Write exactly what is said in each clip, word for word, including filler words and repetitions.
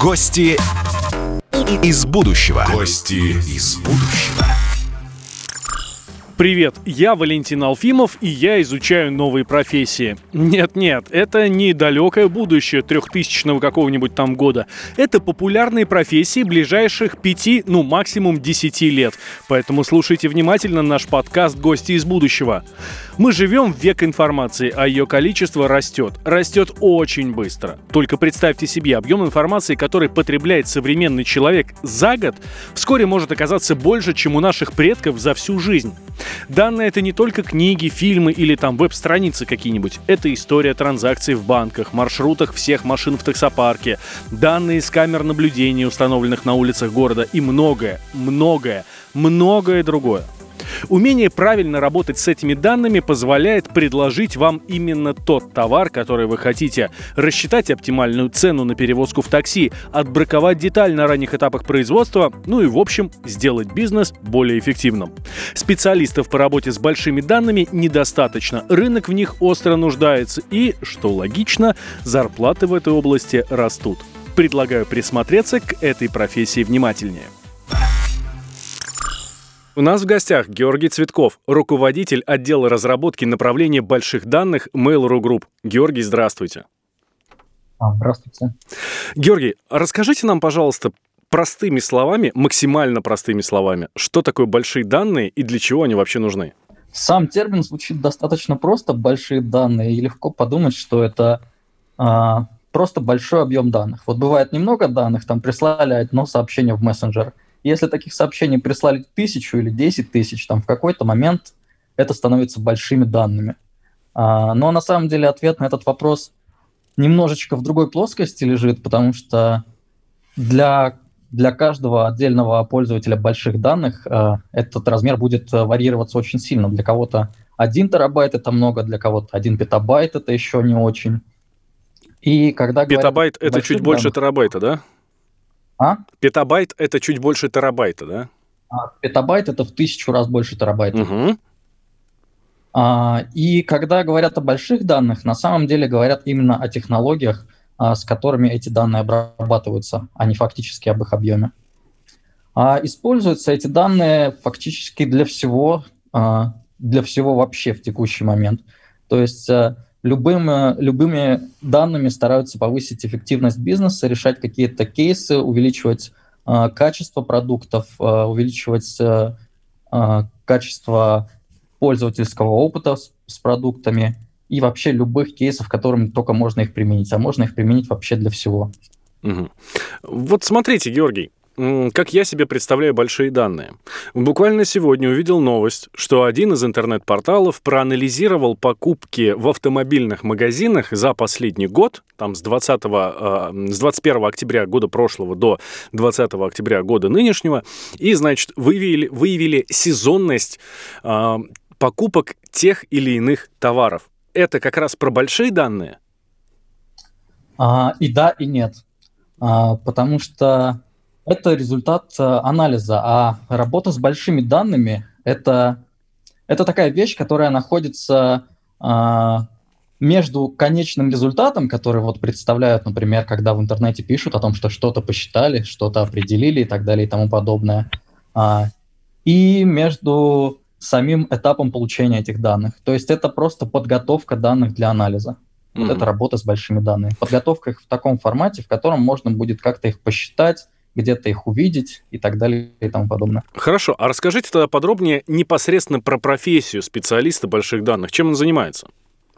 Гости из будущего. Гости из будущего. Привет, я Валентин Алфимов, и я изучаю новые профессии. Нет-нет, это не далекое будущее трехтысячного какого-нибудь там года. Это популярные профессии ближайших пяти, ну максимум десяти лет. Поэтому слушайте внимательно наш подкаст «Гости из будущего». Мы живем в век информации, а ее количество растет. Растет очень быстро. Только представьте себе, объем информации, который потребляет современный человек за год, вскоре может оказаться больше, чем у наших предков за всю жизнь. Данные — это не только книги, фильмы или там веб-страницы какие-нибудь. Это история транзакций в банках, маршрутах всех машин в таксопарке, данные с камер наблюдения, установленных на улицах города, и многое, многое, многое другое. Умение правильно работать с этими данными позволяет предложить вам именно тот товар, который вы хотите, рассчитать оптимальную цену на перевозку в такси, отбраковать деталь на ранних этапах производства, ну и, в общем, сделать бизнес более эффективным. Специалистов по работе с большими данными недостаточно, рынок в них остро нуждается и, что логично, зарплаты в этой области растут. Предлагаю присмотреться к этой профессии внимательнее. У нас в гостях Георгий Цветков, руководитель отдела разработки направления больших данных Mail.ru Group. Георгий, здравствуйте. А, здравствуйте. Георгий, расскажите нам, пожалуйста, простыми словами, максимально простыми словами, что такое большие данные и для чего они вообще нужны? Сам термин звучит достаточно просто, большие данные, и легко подумать, что это а, просто большой объем данных. Вот бывает немного данных, там прислали одно сообщение в мессенджер. Если таких сообщений прислали тысячу или десять тысяч, там в какой-то момент это становится большими данными. А, но на самом деле ответ на этот вопрос немножечко в другой плоскости лежит, потому что для, для каждого отдельного пользователя больших данных а, этот размер будет варьироваться очень сильно. Для кого-то один терабайт — это много, для кого-то один петабайт — это еще не очень. И когда Петабайт — это чуть больше данных, терабайта, да? А? Петабайт — это чуть больше терабайта, да? А, петабайт — это в тысячу раз больше терабайта. Угу. А, и когда говорят о больших данных, на самом деле говорят именно о технологиях, а, с которыми эти данные обрабатываются, а не фактически об их объеме. А, используются эти данные фактически для всего, а, для всего вообще в текущий момент. То есть а, Любым, любыми данными стараются повысить эффективность бизнеса, решать какие-то кейсы, увеличивать э, качество продуктов, э, увеличивать э, э, качество пользовательского опыта с, с продуктами и вообще любых кейсов, которыми только можно их применить. А можно их применить вообще для всего. Угу. Вот смотрите, Георгий, как я себе представляю большие данные. Буквально сегодня увидел новость, что один из интернет-порталов проанализировал покупки в автомобильных магазинах за последний год, там с, двадцатого, с двадцать первого октября года прошлого до двадцатого октября года нынешнего, и, значит, выявили, выявили сезонность э, покупок тех или иных товаров. Это как раз про большие данные? А, и да, и нет. А, потому что это результат анализа, а работа с большими данными — это, это такая вещь, которая находится а, между конечным результатом, который вот представляют, например, когда в интернете пишут о том, что что-то посчитали, что-то определили и так далее и тому подобное, а, и между самим этапом получения этих данных. То есть это просто подготовка данных для анализа. Вот mm-hmm. это работа с большими данными. Подготовка их в таком формате, в котором можно будет как-то их посчитать, где-то их увидеть и так далее и тому подобное. Хорошо, а расскажите тогда подробнее непосредственно про профессию специалиста больших данных. Чем он занимается?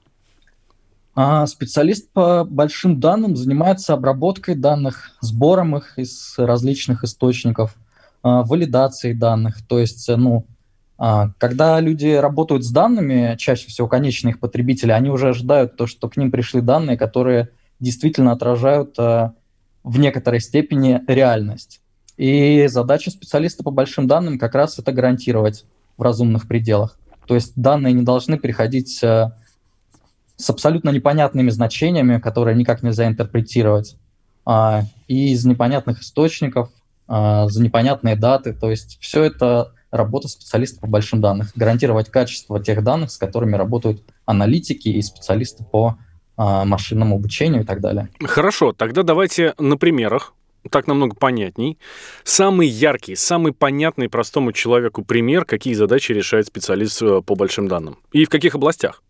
А, специалист по большим данным занимается обработкой данных, сбором их из различных источников, а, валидацией данных. То есть, ну, а, когда люди работают с данными, чаще всего конечные их потребители, они уже ожидают то, что к ним пришли данные, которые действительно отражают а, в некоторой степени реальность. И задача специалиста по большим данным как раз это гарантировать в разумных пределах. То есть данные не должны приходить э, с абсолютно непонятными значениями, которые никак нельзя интерпретировать, э, и из непонятных источников, э, за непонятные даты. То есть все это работа специалиста по большим данным. Гарантировать качество тех данных, с которыми работают аналитики и специалисты по машинному обучению и так далее. Хорошо, тогда давайте на примерах так намного понятней. Самый яркий, самый понятный простому человеку пример, какие задачи решает специалист э, по большим данным. И в каких областях?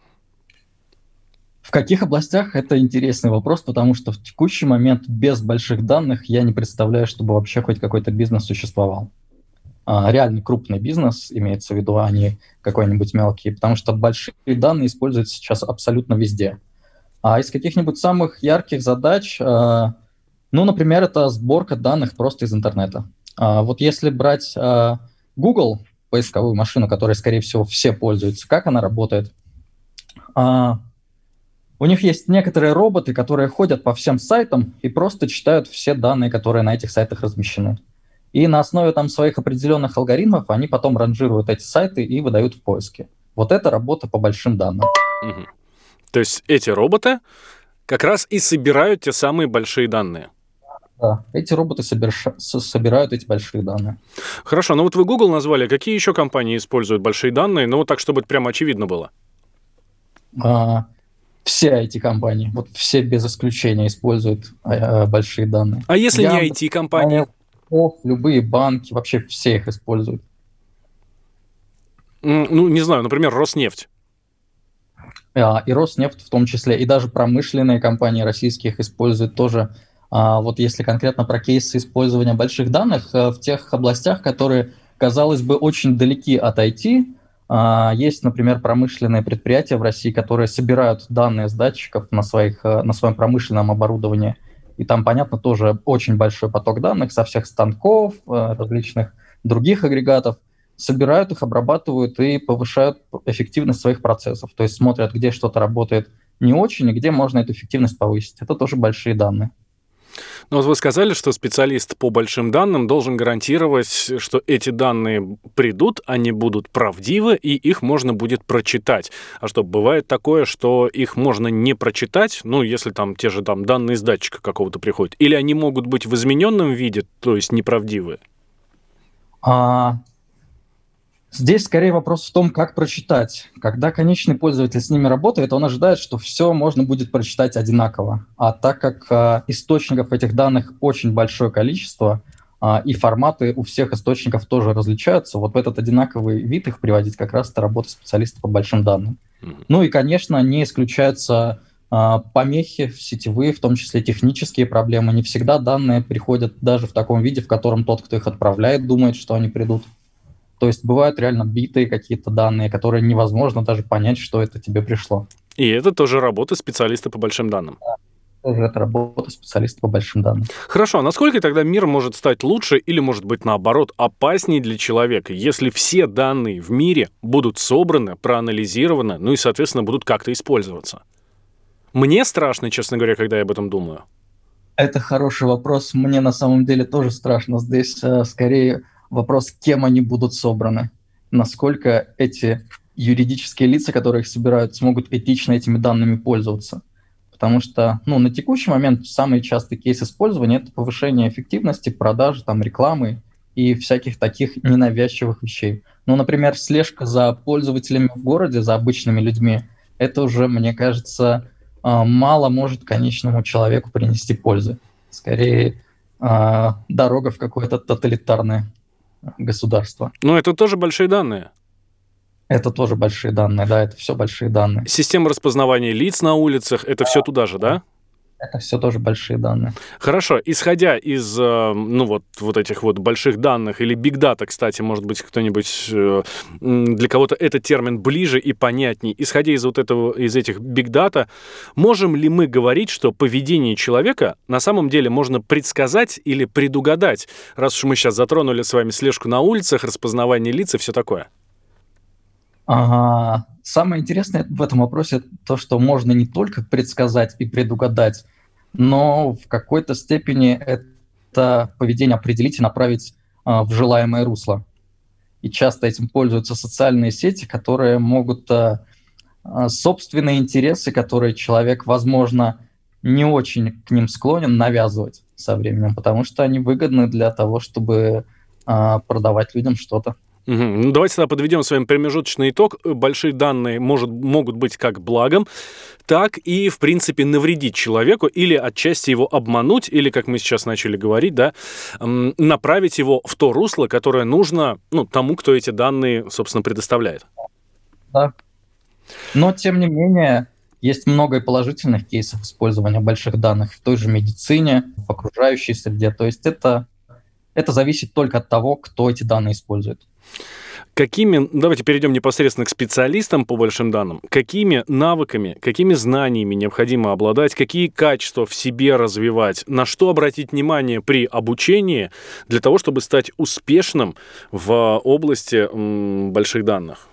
В каких областях — это интересный вопрос, потому что в текущий момент без больших данных я не представляю, чтобы вообще хоть какой-то бизнес существовал. А, реально крупный бизнес, имеется в виду, а не какой-нибудь мелкий, потому что большие данные используются сейчас абсолютно везде. А из каких-нибудь самых ярких задач, а, ну, например, это сборка данных просто из интернета. А, вот если брать а, Google, поисковую машину, которой, скорее всего, все пользуются, как она работает? А, У них есть некоторые роботы, которые ходят по всем сайтам и просто читают все данные, которые на этих сайтах размещены. И на основе там своих определенных алгоритмов они потом ранжируют эти сайты и выдают в поиске. Вот это работа по большим данным. Мгм. То есть эти роботы как раз и собирают те самые большие данные. Да, эти роботы соберша- с- собирают эти большие данные. Хорошо, ну вот вы Google назвали. Какие еще компании используют большие данные? Ну, вот так, чтобы это прямо очевидно было. А, Все эти компании, вот все без исключения используют а, большие данные. А если не Яндекс, ай ти-компании? Microsoft, любые банки, вообще все их используют. М, Ну, не знаю, например, Роснефть. А, И Роснефть в том числе, и даже промышленные компании российские их используют тоже. А, Вот если конкретно про кейсы использования больших данных э, в тех областях, которые, казалось бы, очень далеки от ай ти, а, есть, например, промышленные предприятия в России, которые собирают данные с датчиков на, своих, э, на своем промышленном оборудовании. И там, понятно, тоже очень большой поток данных со всех станков, э, различных других агрегатов. Собирают их, обрабатывают и повышают эффективность своих процессов. То есть смотрят, где что-то работает не очень и где можно эту эффективность повысить. Это тоже большие данные. Ну вот вы сказали, что специалист по большим данным должен гарантировать, что эти данные придут, они будут правдивы, и их можно будет прочитать. А что, бывает такое, что их можно не прочитать, ну, если там те же там данные с датчика какого-то приходят, или они могут быть в измененном виде, то есть неправдивые? А Здесь скорее вопрос в том, как прочитать. Когда конечный пользователь с ними работает, он ожидает, что все можно будет прочитать одинаково. А так как а, источников этих данных очень большое количество, а, и форматы у всех источников тоже различаются, вот в этот одинаковый вид их приводить как раз это работа специалиста по большим данным. Мгм. Ну и, конечно, не исключаются а, помехи сетевые, в том числе технические проблемы. Не всегда данные приходят даже в таком виде, в котором тот, кто их отправляет, думает, что они придут. То есть бывают реально битые какие-то данные, которые невозможно даже понять, что это тебе пришло. И это тоже работа специалиста по большим данным. Тоже это работа специалиста по большим данным. Хорошо, а насколько тогда мир может стать лучше или, может быть, наоборот, опаснее для человека, если все данные в мире будут собраны, проанализированы, ну и, соответственно, будут как-то использоваться? Мне страшно, честно говоря, когда я об этом думаю. Это хороший вопрос. Мне на самом деле тоже страшно. Здесь э, скорее вопрос, кем они будут собраны. Насколько эти юридические лица, которые их собирают, смогут этично этими данными пользоваться. Потому что ну, на текущий момент самый частый кейс использования — это повышение эффективности продажи, там, рекламы и всяких таких ненавязчивых вещей. Ну, например, слежка за пользователями в городе, за обычными людьми, это уже, мне кажется, а, мало может конечному человеку принести пользы. Скорее, а, дорога в какое-то тоталитарное государство. Но это тоже большие данные. Это тоже большие данные, да, это все большие данные. Система распознавания лиц на улицах, это все туда же, да? Это все тоже большие данные. Хорошо, исходя из, э, ну вот, вот этих вот больших данных, или big data, кстати, может быть, кто-нибудь, э, м, для кого-то этот термин ближе и понятней, исходя из вот этого, из этих big data, можем ли мы говорить, что поведение человека на самом деле можно предсказать или предугадать, раз уж мы сейчас затронули с вами слежку на улицах, распознавание лиц и все такое? Ага. Самое интересное в этом вопросе то, что можно не только предсказать и предугадать, но в какой-то степени это поведение определить и направить а, в желаемое русло. И часто этим пользуются социальные сети, которые могут а, а, собственные интересы, которые человек, возможно, не очень к ним склонен, навязывать со временем, потому что они выгодны для того, чтобы а, продавать людям что-то. Угу. Ну, давайте тогда подведем с вами промежуточный итог. Большие данные может, могут быть как благом, так и, в принципе, навредить человеку или отчасти его обмануть, или, как мы сейчас начали говорить, да, направить его в то русло, которое нужно, ну, тому, кто эти данные, собственно, предоставляет. Да. Но, тем не менее, есть много и положительных кейсов использования больших данных в той же медицине, в окружающей среде. То есть это, это зависит только от того, кто эти данные использует. Какими, давайте перейдем непосредственно к специалистам по большим данным. Какими навыками, какими знаниями необходимо обладать, какие качества в себе развивать, на что обратить внимание при обучении для того, чтобы стать успешным в области м, больших данных?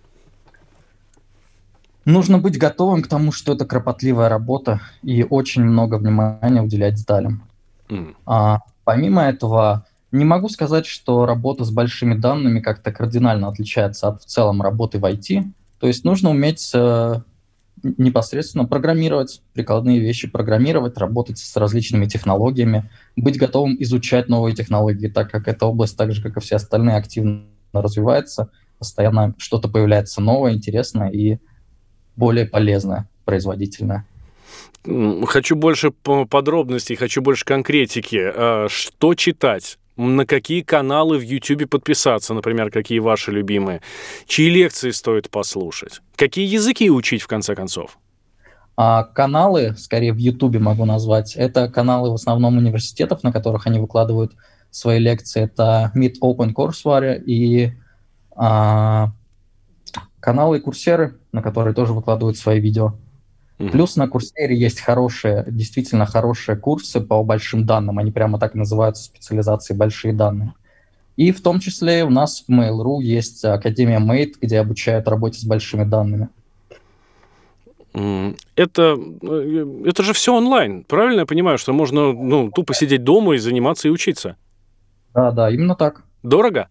Нужно быть готовым к тому, что это кропотливая работа и очень много внимания уделять деталям. Mm. А, помимо этого, не могу сказать, что работа с большими данными как-то кардинально отличается от в целом работы в ай ти. То есть нужно уметь э, непосредственно программировать, прикладные вещи программировать, работать с различными технологиями, быть готовым изучать новые технологии, так как эта область, так же, как и все остальные, активно развивается, постоянно что-то появляется новое, интересное и более полезное, производительное. Хочу больше подробностей, хочу больше конкретики. Что читать? На какие каналы в Ютубе подписаться, например, какие ваши любимые? Чьи лекции стоит послушать? Какие языки учить, в конце концов? А каналы, скорее в Ютубе могу назвать, это каналы в основном университетов, на которых они выкладывают свои лекции. Это Meet Open Courseware и а, каналы и курсеры, на которые тоже выкладывают свои видео. Mm-hmm. Плюс на Курсере есть хорошие, действительно хорошие курсы по большим данным. Они прямо так и называются, специализации «большие данные». И в том числе у нас в Mail.ru есть Академия Mate, где обучают работе с большими данными. Это, это же все онлайн, правильно я понимаю, что можно ну, тупо сидеть дома и заниматься и учиться? Да, да, именно так. Дорого?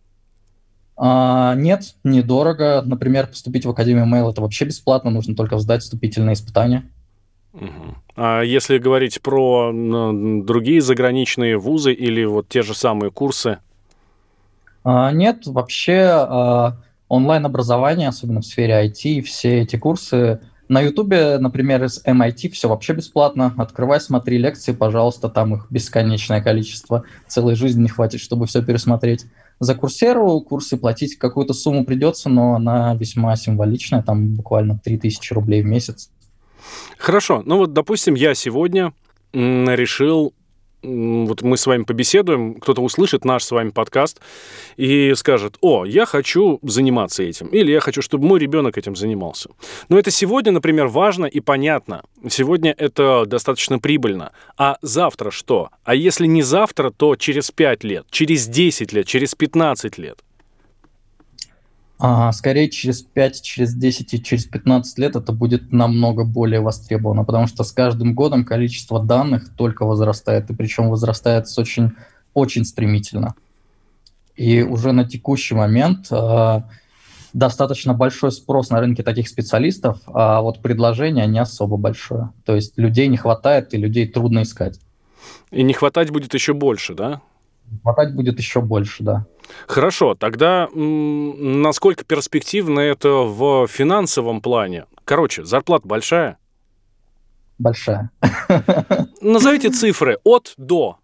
А, нет, недорого. Например, поступить в Академию Mail это вообще бесплатно, нужно только сдать вступительные испытания. Угу. А если говорить про ну, другие заграничные вузы или вот те же самые курсы? А, нет, вообще а, онлайн-образование, особенно в сфере ай ти, все эти курсы на Ютубе, например, из эм ай ти все вообще бесплатно. Открывай, смотри лекции, пожалуйста, там их бесконечное количество. Целой жизни не хватит, чтобы все пересмотреть. За Курсеру курсы платить какую-то сумму придется, но она весьма символичная, там буквально три тысячи рублей в месяц. Хорошо, ну вот, допустим, я сегодня решил, вот мы с вами побеседуем, кто-то услышит наш с вами подкаст и скажет: о, я хочу заниматься этим, или я хочу, чтобы мой ребенок этим занимался. Но это сегодня, например, важно и понятно. Сегодня это достаточно прибыльно. А завтра что? А если не завтра, то через пять лет, через десять лет, через пятнадцать лет? А, скорее, через пять, через десять и через пятнадцать лет это будет намного более востребовано, потому что с каждым годом количество данных только возрастает, и причем возрастает с очень, очень стремительно. И уже на текущий момент э, достаточно большой спрос на рынке таких специалистов, а вот предложение не особо большое. То есть людей не хватает, и людей трудно искать. И не хватать будет еще больше, да? Хватать будет еще больше, да. Хорошо, тогда м- насколько перспективно это в финансовом плане? Короче, зарплата большая? Большая. Назовите цифры от до.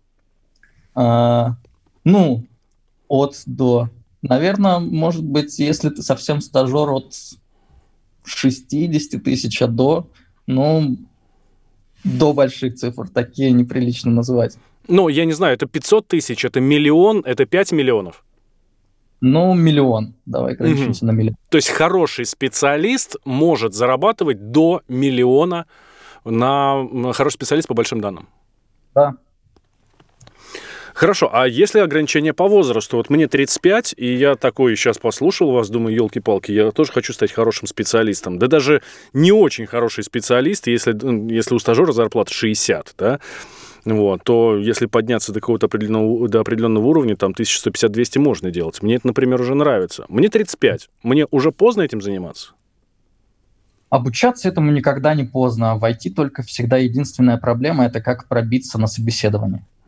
А, ну, от до. Наверное, может быть, если ты совсем стажер, от шестьдесят тысяч, а до, ну, до больших цифр. Такие неприлично называть. Ну, я не знаю, это пятьсот тысяч, это миллион, это пять миллионов? Ну, миллион. Давай ограничимся угу. на миллион. То есть хороший специалист может зарабатывать до миллиона на хороший специалист по большим данным? Да. Хорошо, а если ограничение по возрасту? Вот мне тридцать пять, и я такой сейчас послушал вас, думаю, елки-палки, я тоже хочу стать хорошим специалистом. Да даже не очень хороший специалист, если, если у стажера зарплата шестьдесят, да, вот, то если подняться до какого-то определенного, до определенного уровня, там тысяча сто пятьдесят - двести можно делать. Мне это, например, уже нравится. Мне тридцать пять. Мне уже поздно этим заниматься? Обучаться этому никогда не поздно. В ай ти только всегда единственная проблема – это как пробиться на собеседование.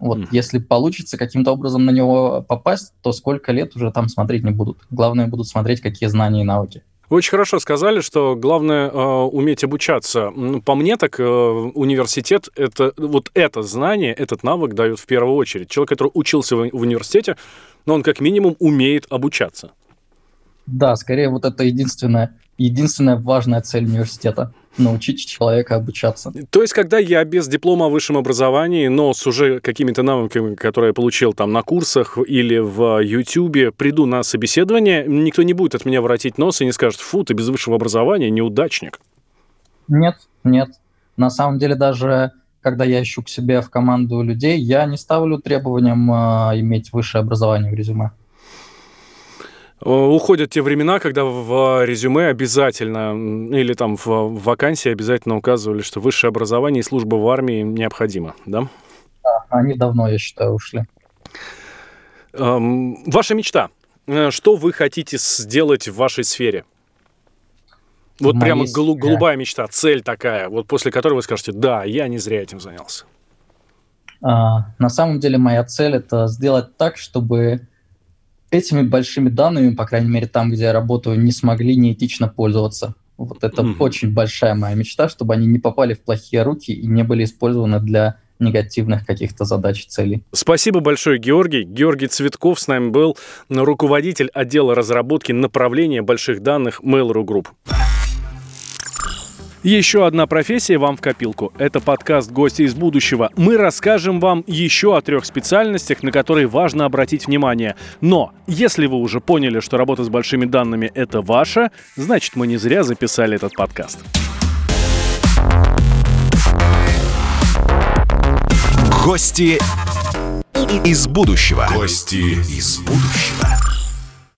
Вот Мгм. если получится каким-то образом на него попасть, то сколько лет уже там смотреть не будут. Главное, будут смотреть, какие знания и навыки. Вы очень хорошо сказали, что главное э, уметь обучаться. М, По мне, так э, университет это вот это знание, этот навык дает в первую очередь. Человек, который учился в, в университете, но он как минимум умеет обучаться. Да, скорее вот это единственная, единственная важная цель университета – научить человека обучаться. То есть, когда я без диплома о высшем образовании, но с уже какими-то навыками, которые я получил там на курсах или в Ютьюбе, приду на собеседование, никто не будет от меня воротить нос и не скажет: фу, ты без высшего образования, неудачник. Нет, нет. На самом деле даже когда я ищу к себе в команду людей, я не ставлю требованием а, иметь высшее образование в резюме. Э, Уходят те времена, когда в резюме обязательно м, или там в в вакансии обязательно указывали, что высшее образование и служба в армии необходимо, да? Они давно, я считаю, ушли. Эм, Ваша мечта. Э, Что вы хотите сделать в вашей сфере? Вот В прямо моей голу- сфере. голубая мечта, цель такая, вот после которой вы скажете: да, я не зря этим занялся. А, на самом деле моя цель – это сделать так, чтобы этими большими данными, по крайней мере там, где я работаю, не смогли неэтично пользоваться. Вот это Мгм. очень большая моя мечта, чтобы они не попали в плохие руки и не были использованы для негативных каких-то задач и целей. Спасибо большое, Георгий. Георгий Цветков с нами был, руководитель отдела разработки направления больших данных Mail.ru Group. Еще одна профессия вам в копилку. Это подкаст «Гости из будущего». Мы расскажем вам еще о трех специальностях, на которые важно обратить внимание. Но если вы уже поняли, что работа с большими данными – это ваше, значит, мы не зря записали этот подкаст. Гости из будущего. Гости из будущего.